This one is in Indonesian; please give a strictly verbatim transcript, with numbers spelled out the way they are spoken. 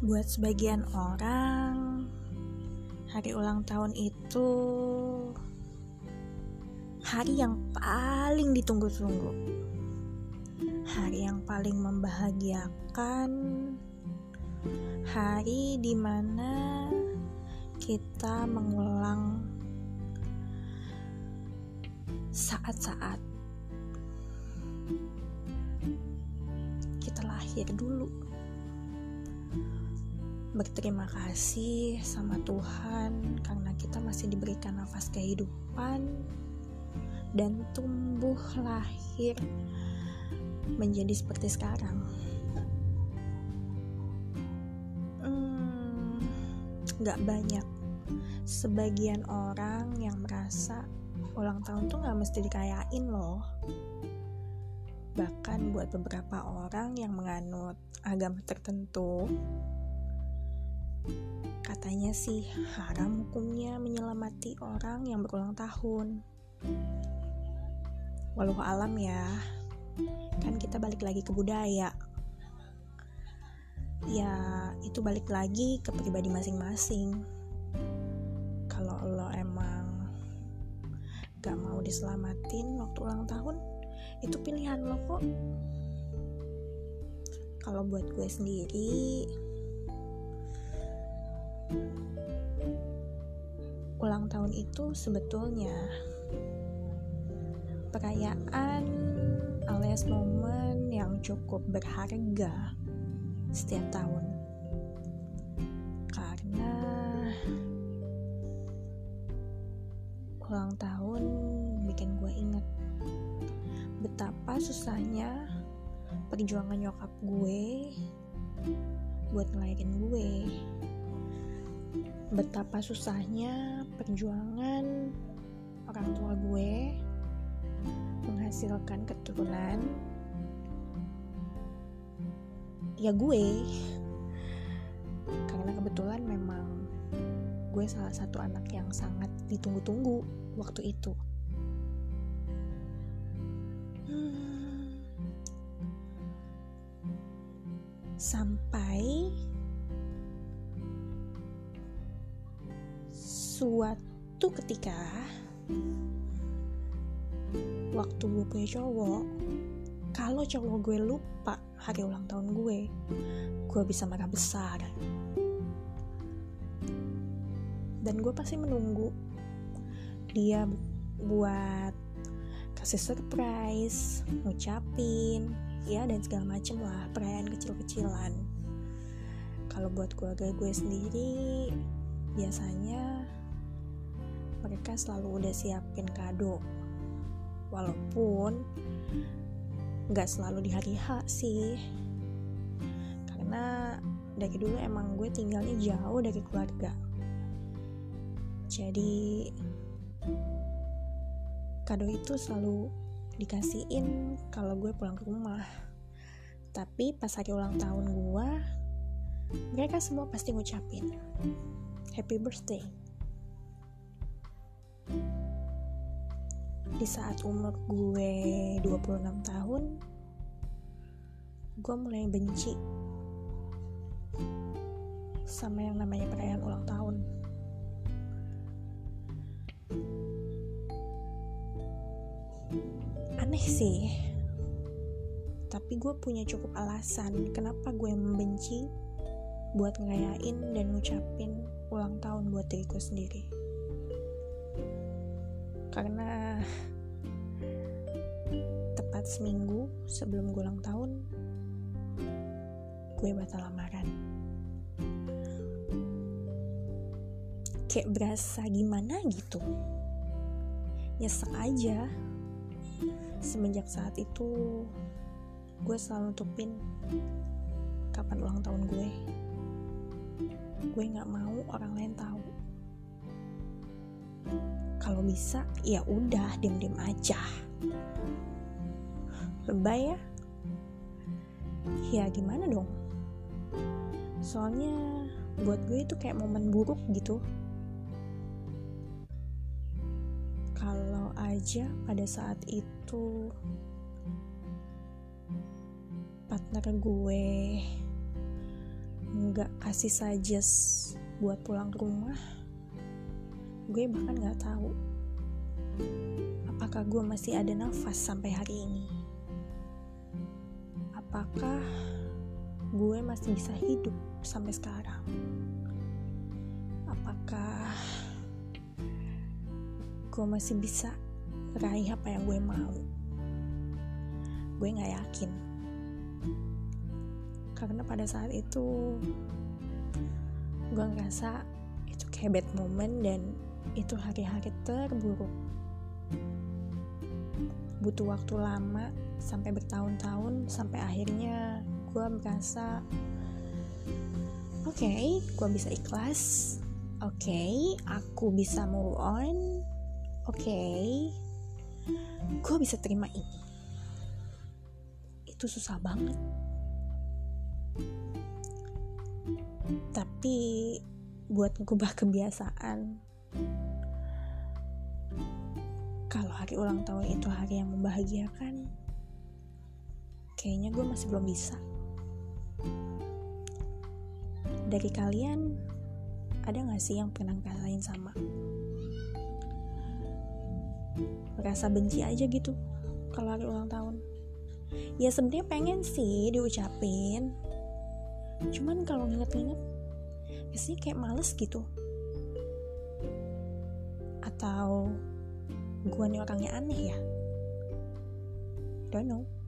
Buat sebagian orang, hari ulang tahun itu hari yang paling ditunggu-tunggu, hari yang paling membahagiakan, hari dimana kita mengulang saat-saat kita lahir dulu. Berterima kasih sama Tuhan karena kita masih diberikan nafas kehidupan dan tumbuh lahir menjadi seperti sekarang. Hmm, gak banyak sebagian orang yang merasa ulang tahun tuh gak mesti dikayain loh. Bahkan buat beberapa orang yang menganut agama tertentu, katanya sih haram hukumnya menyelamati orang yang berulang tahun. Walau alam ya, kan kita balik lagi ke budaya. Ya itu balik lagi ke pribadi masing-masing. Kalau lo emang gak mau diselamatin waktu ulang tahun, itu pilihan lo kok. Kalau buat gue sendiri, ulang tahun itu sebetulnya perayaan alias momen yang cukup berharga setiap tahun, karena ulang tahun bikin gue inget betapa susahnya perjuangan nyokap gue buat ngelahirin gue, betapa susahnya perjuangan orang tua gue menghasilkan keturunan ya gue, karena kebetulan memang gue salah satu anak yang sangat ditunggu-tunggu waktu itu. hmm. Sampai suatu ketika waktu gue punya cowok, kalau cowok gue lupa hari ulang tahun gue, gue bisa marah besar. Dan gue pasti menunggu dia buat kasih surprise, ngucapin, ya dan segala macem lah, perayaan kecil-kecilan. Kalau buat keluarga gue sendiri, biasanya mereka selalu udah siapin kado, walaupun gak selalu di hari H sih, karena dari dulu emang gue tinggalnya jauh dari keluarga. Jadi kado itu selalu dikasihin kalau gue pulang ke rumah. Tapi pas hari ulang tahun gue, mereka semua pasti ngucapin happy birthday. Di saat umur gue dua puluh enam tahun, gue mulai benci sama yang namanya perayaan ulang tahun. Aneh sih, tapi gue punya cukup alasan kenapa gue membenci buat ngerayain dan ngucapin ulang tahun buat diriku sendiri. Karena tepat seminggu sebelum gue ulang tahun, gue batal lamaran. Kayak berasa gimana gitu, nyesek aja. Semenjak saat itu, gue selalu nutupin kapan ulang tahun gue. Gue gak mau orang lain tahu. Kalau bisa, ya udah diam-diam aja. Lebay ya? Ya gimana dong? Soalnya buat gue itu kayak momen buruk gitu. Kalau aja pada saat itu partner gue nggak kasih suggest buat pulang ke rumah, gue bahkan nggak tahu apakah gue masih ada nafas sampai hari ini. Apakah gue masih bisa hidup sampai sekarang? Apakah gue masih bisa raih apa yang gue mau? Gue gak yakin. Karena pada saat itu gue ngerasa itu kayak bad moment, dan itu hari-hari terburuk. Butuh waktu lama sampai bertahun-tahun, sampai akhirnya gue merasa oke, okay, gue bisa ikhlas, oke, okay, aku bisa move on, oke, okay, gue bisa terima ini. Itu susah banget, tapi buat ngubah kebiasaan kalau hari ulang tahun itu hari yang membahagiakan, kayaknya gue masih belum bisa. Dari kalian, ada gak sih yang pernah ngerasain sama? Merasa benci aja gitu kalau hari ulang tahun. Ya sebenarnya pengen sih diucapin, cuman kalau nginget-nginget biasanya kayak males gitu. Atau gue nih orangnya aneh ya? Don't know.